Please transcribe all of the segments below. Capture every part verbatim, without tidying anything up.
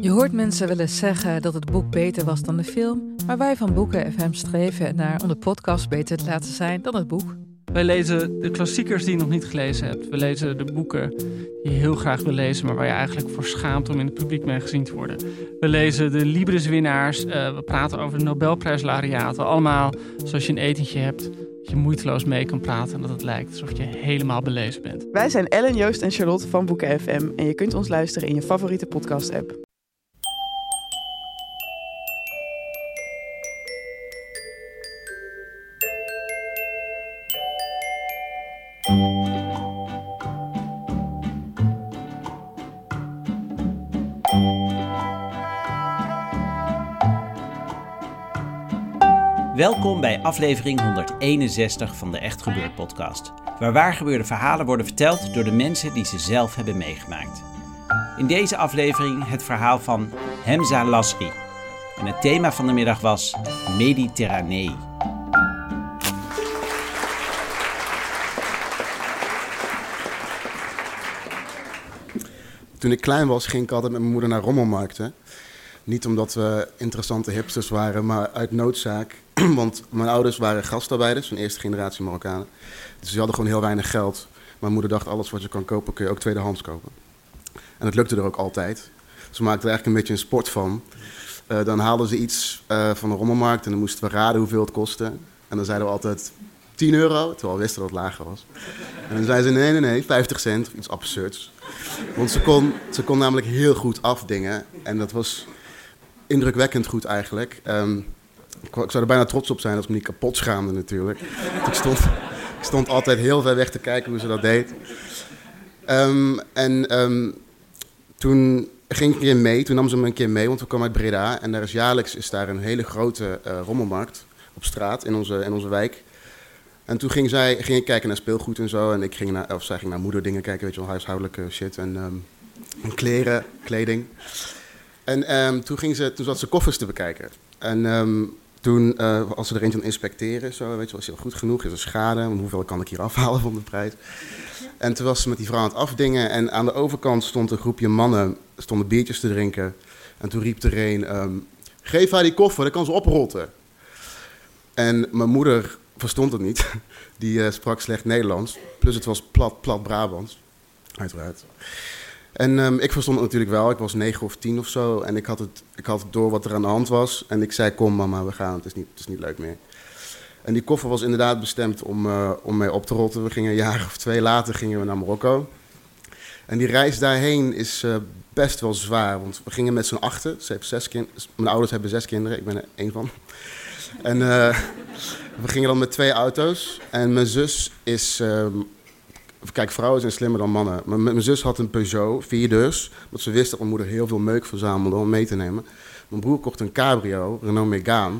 Je hoort mensen wel eens zeggen dat het boek beter was dan de film, maar wij van Boeken F M streven ernaar om de podcast beter te laten zijn dan het boek. Wij lezen de klassiekers die je nog niet gelezen hebt. We lezen de boeken die je heel graag wil lezen, maar waar je eigenlijk voor schaamt om in het publiek mee gezien te worden. We lezen de Libris-winnaars. Uh, we praten over de Nobelprijslaureaten. Allemaal zoals je een etentje hebt, dat je moeiteloos mee kan praten en dat het lijkt alsof je helemaal belezen bent. Wij zijn Ellen, Joost en Charlotte van Boeken F M en je kunt ons luisteren in je favoriete podcast-app. Welkom bij aflevering honderdeenenzestig van de Echt Gebeurd podcast, waar waargebeurde verhalen worden verteld door de mensen die ze zelf hebben meegemaakt. In deze aflevering het verhaal van Hemza Lasri. En het thema van de middag was Mediterranee. Toen ik klein was, ging ik altijd met mijn moeder naar rommelmarkten. Niet omdat we interessante hipsters waren, maar uit noodzaak. Want mijn ouders waren gastarbeiders, van eerste generatie Marokkanen. Dus ze hadden gewoon heel weinig geld. Mijn moeder dacht, alles wat je kan kopen, kun je ook tweedehands kopen. En dat lukte er ook altijd. Ze maakten er eigenlijk een beetje een sport van. Uh, dan haalden ze iets uh, van de rommelmarkt en dan moesten we raden hoeveel het kostte. En dan zeiden we altijd tien euro, terwijl we wisten dat het lager was. En dan zeiden ze nee, nee, nee, vijftig cent of iets absurds. Want ze kon, ze kon namelijk heel goed afdingen. En dat was indrukwekkend goed eigenlijk. Um, ik, ik zou er bijna trots op zijn als ik me niet kapot schaamde natuurlijk. Want ik stond, ik stond altijd heel ver weg te kijken hoe ze dat deed. Um, en um, toen ging ik een keer mee, toen nam ze me een keer mee, want we kwamen uit Breda. En daar is jaarlijks is daar een hele grote uh, rommelmarkt op straat in onze, in onze wijk. En toen ging, zij, ging ik kijken naar speelgoed en zo. En ik ging naar, of zij ging naar moederdingen kijken, weet je wel, huishoudelijke shit en, um, en kleren, kleding. En um, toen, ging ze, toen zat ze koffers te bekijken. En um, toen, uh, als ze er eentje aan inspecteren, zo, weet je wel, is het goed genoeg? Is er schade? Hoeveel kan ik hier afhalen van de prijs? En toen was ze met die vrouw aan het afdingen. En aan de overkant stond een groepje mannen, stonden biertjes te drinken. En toen riep er een, um, geef haar die koffer, dan kan ze oprotten. En mijn moeder verstond het niet. Die uh, sprak slecht Nederlands. Plus het was plat, plat Brabants. Uiteraard. En um, ik verstond het natuurlijk wel. Ik was negen of tien of zo. En ik had, het, ik had het door wat er aan de hand was. En ik zei, kom mama, we gaan. Het is niet, het is niet leuk meer. En die koffer was inderdaad bestemd om, uh, om mee op te rotten. We gingen een jaar of twee later gingen we naar Marokko. En die reis daarheen is uh, best wel zwaar. Want we gingen met z'n achten. Ze heeft zes kind- Mijn ouders hebben zes kinderen. Ik ben er één van. En uh, we gingen dan met twee auto's. En mijn zus is... Uh, Kijk, vrouwen zijn slimmer dan mannen. M- mijn zus had een Peugeot, vierdeurs. Want ze wist dat mijn moeder heel veel meuk verzamelde om mee te nemen. Mijn broer kocht een cabrio, Renault Megane.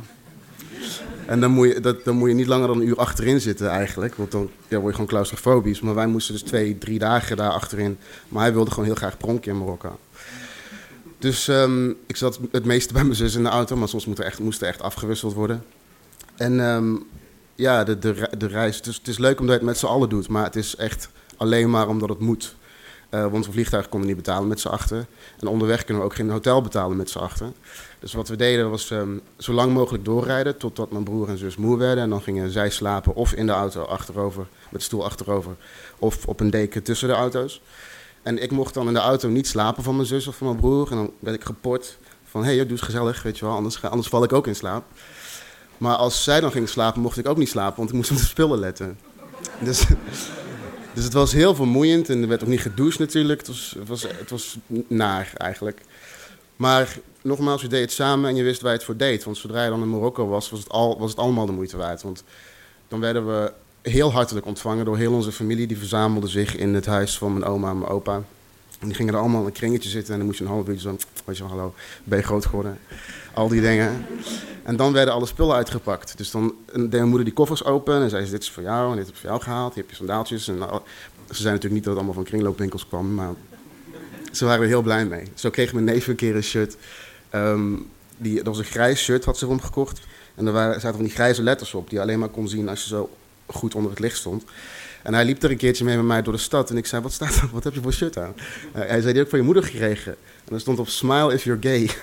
En dan moet, je, dat, dan moet je niet langer dan een uur achterin zitten eigenlijk. Want dan ja, word je gewoon claustrofobisch. Maar wij moesten dus twee, drie dagen daar achterin. Maar hij wilde gewoon heel graag pronken in Marokko. Dus um, ik zat het meeste bij mijn zus in de auto. Maar soms moest er echt, moest er echt afgewisseld worden. En... Um, Ja, de, de, de reis. Het is, het is leuk omdat je het met z'n allen doet, maar het is echt alleen maar omdat het moet. Uh, want een vliegtuig konden we niet betalen met z'n achten. En onderweg kunnen we ook geen hotel betalen met z'n achten. Dus wat we deden was um, zo lang mogelijk doorrijden totdat mijn broer en zus moe werden. En dan gingen zij slapen of in de auto achterover, met de stoel achterover, of op een deken tussen de auto's. En ik mocht dan in de auto niet slapen van mijn zus of van mijn broer. En dan werd ik geport van, hé, hey, doe eens gezellig, weet je wel, anders, anders val ik ook in slaap. Maar als zij dan ging slapen, mocht ik ook niet slapen, want ik moest op de spullen letten. Dus, dus het was heel vermoeiend en er werd ook niet gedoucht natuurlijk. Het was, het was, het was naar eigenlijk. Maar nogmaals, je deed het samen en je wist waar je het voor deed. Want zodra je dan in Marokko was, was het, al, was het allemaal de moeite waard. Want dan werden we heel hartelijk ontvangen door heel onze familie. Die verzamelde zich in het huis van mijn oma en mijn opa. En die gingen er allemaal in een kringetje zitten en dan moest je een half uurtje zo, weet je wel, hallo, ben je groot geworden? Al die dingen. En dan werden alle spullen uitgepakt. Dus dan deed mijn moeder die koffers open en zei ze, dit is voor jou en dit heb ik voor jou gehaald. Hier heb je sandaaltjes. En nou, ze zei natuurlijk niet dat het allemaal van kringloopwinkels kwam, maar ze waren er heel blij mee. Zo kreeg mijn neef een keer een shirt. Um, die, dat was een grijs shirt, had ze voor hem gekocht. En er waren, zaten van die grijze letters op die je alleen maar kon zien als je zo goed onder het licht stond. En hij liep er een keertje mee met mij door de stad. En ik zei, wat staat er? Wat heb je voor shirt aan? Uh, hij zei, die heb ik van je moeder gekregen. En er stond op, smile if you're gay.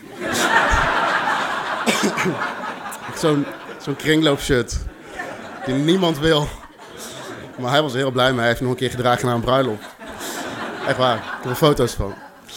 Zo'n zo'n kringloopshirt. Die niemand wil. Maar hij was er heel blij mee. Hij heeft nog een keer gedragen naar een bruiloft. Echt waar. Ik heb er foto's van.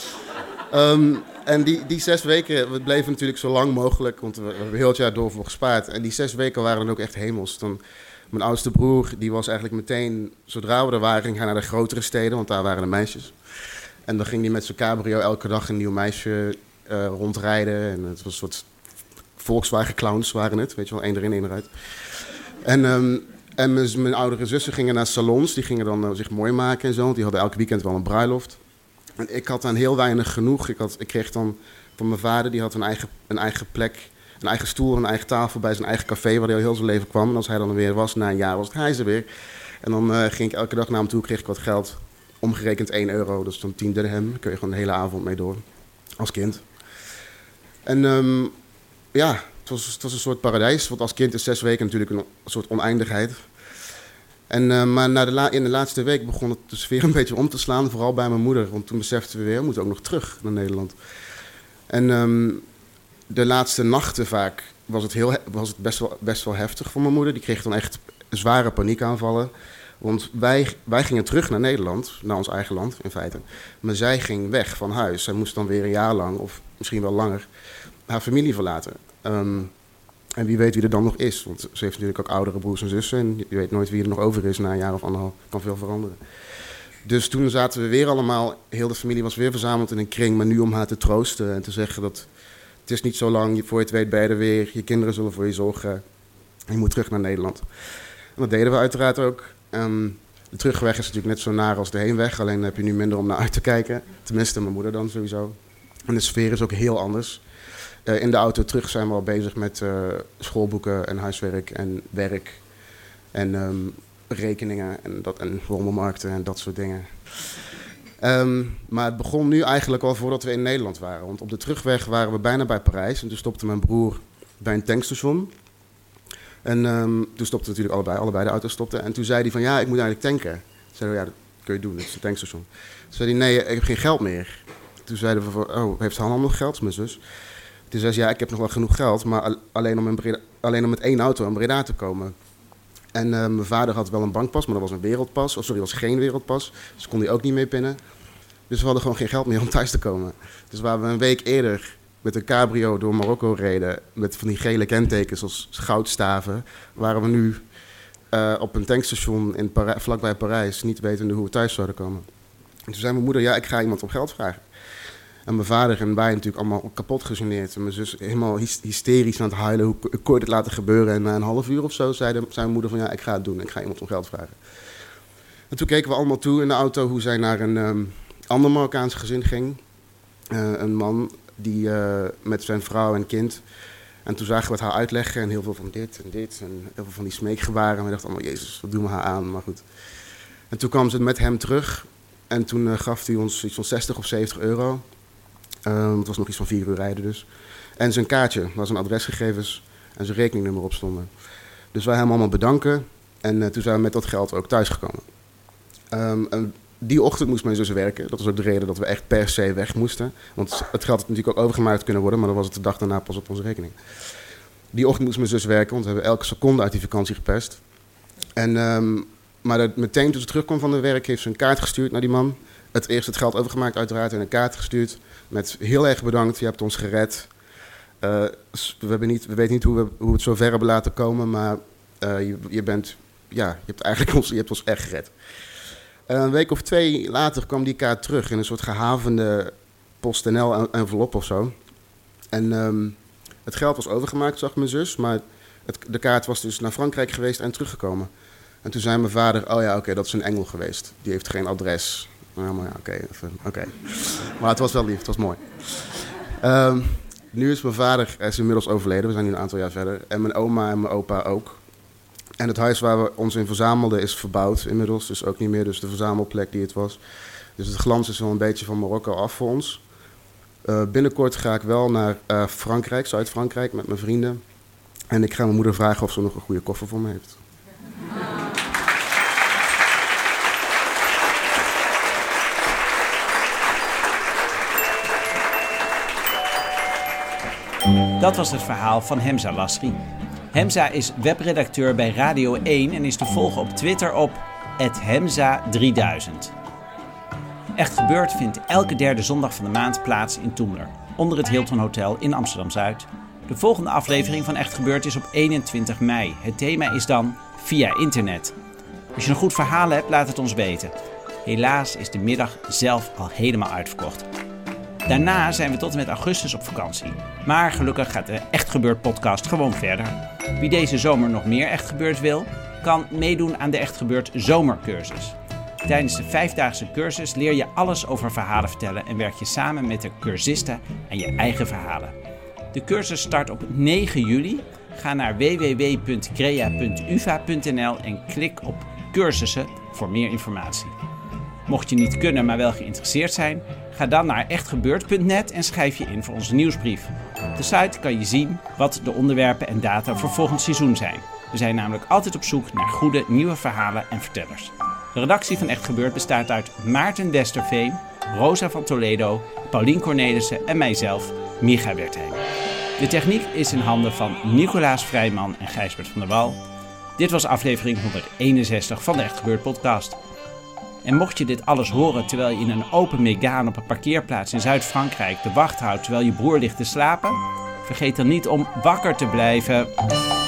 Um, en die, die zes weken, we bleven natuurlijk zo lang mogelijk. Want we, we hebben heel het jaar door voor gespaard. En die zes weken waren dan ook echt hemels. Dan, mijn oudste broer, die was eigenlijk meteen, zodra we er waren, ging hij naar de grotere steden. Want daar waren de meisjes. En dan ging hij met zijn cabrio elke dag een nieuw meisje uh, rondrijden. En het was een soort Volkswagen clowns waren het. Weet je wel, één erin, één eruit. En... Um, En mijn, mijn oudere zussen gingen naar salons, die gingen dan uh, zich mooi maken en zo. Want die hadden elk weekend wel een bruiloft. En ik had dan heel weinig genoeg. Ik, had, ik kreeg dan van mijn vader, die had een eigen, een eigen plek, een eigen stoel, een eigen tafel bij zijn eigen café, waar hij al heel zijn leven kwam. En als hij dan weer was, na een jaar was het hij er weer. En dan uh, ging ik elke dag naar hem toe, kreeg ik wat geld. Omgerekend één euro, dus dan tien dirham. Daar kun je gewoon de hele avond mee door, als kind. En um, ja... Het was, het was een soort paradijs, want als kind is zes weken natuurlijk een, een soort oneindigheid. En, uh, maar na de la- in de laatste week begon het de sfeer een beetje om te slaan, vooral bij mijn moeder. Want toen beseften we weer, we moeten ook nog terug naar Nederland. En um, de laatste nachten vaak was het, heel, was het best, wel, best wel heftig voor mijn moeder. Die kreeg dan echt zware paniekaanvallen. Want wij, wij gingen terug naar Nederland, naar ons eigen land in feite. Maar zij ging weg van huis. Zij moest dan weer een jaar lang, of misschien wel langer, haar familie verlaten. Um, en wie weet wie er dan nog is. Want ze heeft natuurlijk ook oudere broers en zussen. En je weet nooit wie er nog over is na een jaar of anderhalf. Kan veel veranderen. Dus toen zaten we weer allemaal... Heel de familie was weer verzameld in een kring. Maar nu om haar te troosten en te zeggen dat... Het is niet zo lang, voor je het weet ben je er weer. Je kinderen zullen voor je zorgen. Je moet terug naar Nederland. En dat deden we uiteraard ook. Um, de terugweg is natuurlijk net zo naar als de heenweg. Alleen heb je nu minder om naar uit te kijken. Tenminste, mijn moeder dan sowieso. En de sfeer is ook heel anders. Uh, in de auto terug zijn we al bezig met uh, schoolboeken en huiswerk en werk en um, rekeningen en, dat, en rommelmarkten en dat soort dingen. Um, maar het begon nu eigenlijk al voordat we in Nederland waren. Want op de terugweg waren we bijna bij Parijs en toen stopte mijn broer bij een tankstation. En um, toen stopten natuurlijk allebei, allebei de auto's stopten. En toen zei hij van ja, ik moet eigenlijk tanken. Toen zeiden we ja, dat kun je doen, dat is een tankstation. Toen zei hij nee, ik heb geen geld meer. Toen zeiden we van oh, heeft Hanna nog geld, mijn zus? Toen zei ze, ja, ik heb nog wel genoeg geld, maar alleen om, in Breda, alleen om met één auto in Breda te komen. En uh, mijn vader had wel een bankpas, maar dat was een wereldpas. Of sorry, dat was geen wereldpas. Dus kon hij ook niet mee pinnen. Dus we hadden gewoon geen geld meer om thuis te komen. Dus waar we een week eerder met een cabrio door Marokko reden, met van die gele kentekens als goudstaven, waren we nu uh, op een tankstation in Parij, vlakbij Parijs, niet wetende hoe we thuis zouden komen. En toen zei mijn moeder, ja, ik ga iemand om geld vragen. En mijn vader en wij natuurlijk allemaal kapot gegeneerd. En mijn zus helemaal hysterisch aan het huilen. Hoe kon je dit laten gebeuren? En na een half uur of zo zei, de, zei mijn moeder van ja, ik ga het doen. Ik ga iemand om geld vragen. En toen keken we allemaal toe in de auto hoe zij naar een um, ander Marokkaans gezin ging. Uh, een man die uh, met zijn vrouw en kind. En toen zagen we het haar uitleggen en heel veel van dit en dit. En heel veel van die smeekgebaren. En we dachten allemaal, jezus, wat doen we haar aan? Maar goed. En toen kwam ze met hem terug. En toen uh, gaf hij ons iets van zestig of zeventig euro. Uh, het was nog iets van vier uur rijden dus. En zijn kaartje, waar zijn adresgegevens en zijn rekeningnummer op stonden. Dus wij hem allemaal bedanken. En uh, toen zijn we met dat geld ook thuisgekomen. Um, en die ochtend moest mijn zus werken. Dat was ook de reden dat we echt per se weg moesten. Want het geld had natuurlijk ook overgemaakt kunnen worden, maar dan was het de dag daarna pas op onze rekening. Die ochtend moest mijn zus werken, want we hebben elke seconde uit die vakantie gepest. En, um, maar dat, meteen toen ze terugkwam van de werk heeft ze een kaart gestuurd naar die man. Het eerst het geld overgemaakt uiteraard en een kaart gestuurd. Met heel erg bedankt, je hebt ons gered. Uh, we, hebben niet, we weten niet hoe we, hoe we het zo ver hebben laten komen, maar uh, je, je, bent, ja, je hebt eigenlijk ons, je hebt ons echt gered. Uh, een week of twee later kwam die kaart terug in een soort gehavende PostNL-envelop of zo. En um, het geld was overgemaakt, zag mijn zus, maar het, de kaart was dus naar Frankrijk geweest en teruggekomen. En toen zei mijn vader, oh ja, oké, okay, dat is een engel geweest. Die heeft geen adres. Nou, maar ja, oké. Okay, okay. Maar het was wel lief, het was mooi. Um, nu is mijn vader is inmiddels overleden, we zijn nu een aantal jaar verder. En mijn oma en mijn opa ook. En het huis waar we ons in verzamelden is verbouwd inmiddels, dus ook niet meer dus de verzamelplek die het was. Dus het glans is wel een beetje van Marokko af voor ons. Uh, binnenkort ga ik wel naar uh, Frankrijk, Zuid-Frankrijk, met mijn vrienden. En ik ga mijn moeder vragen of ze nog een goede koffer voor me heeft. Dat was het verhaal van Hemza Lasri. Hemza is webredacteur bij Radio één en is te volgen op Twitter op at hemza drieduizend. Echt Gebeurd vindt elke derde zondag van de maand plaats in Toemler, onder het Hilton Hotel in Amsterdam-Zuid. De volgende aflevering van Echt Gebeurd is op eenentwintig mei. Het thema is dan via internet. Als je een goed verhaal hebt, laat het ons weten. Helaas is de middag zelf al helemaal uitverkocht. Daarna zijn we tot en met augustus op vakantie. Maar gelukkig gaat de Echt Gebeurd podcast gewoon verder. Wie deze zomer nog meer Echt Gebeurd wil, kan meedoen aan de Echt Gebeurd zomercursus. Tijdens de vijfdaagse cursus leer je alles over verhalen vertellen en werk je samen met de cursisten aan je eigen verhalen. De cursus start op negen juli. Ga naar w w w punt crea punt u v a punt n l en klik op cursussen voor meer informatie. Mocht je niet kunnen, maar wel geïnteresseerd zijn, ga dan naar echt gebeurd punt net en schrijf je in voor onze nieuwsbrief. Op de site kan je zien wat de onderwerpen en data voor volgend seizoen zijn. We zijn namelijk altijd op zoek naar goede nieuwe verhalen en vertellers. De redactie van Echt Gebeurd bestaat uit Maarten Westerveen, Rosa van Toledo, Paulien Cornelissen en mijzelf, Micha Wertheim. De techniek is in handen van Nicolaas Vrijman en Gijsbert van der Wal. Dit was aflevering honderdeenenzestig van de Echt Gebeurd podcast. En mocht je dit alles horen terwijl je in een open Megane op een parkeerplaats in Zuid-Frankrijk de wacht houdt terwijl je broer ligt te slapen, vergeet dan niet om wakker te blijven.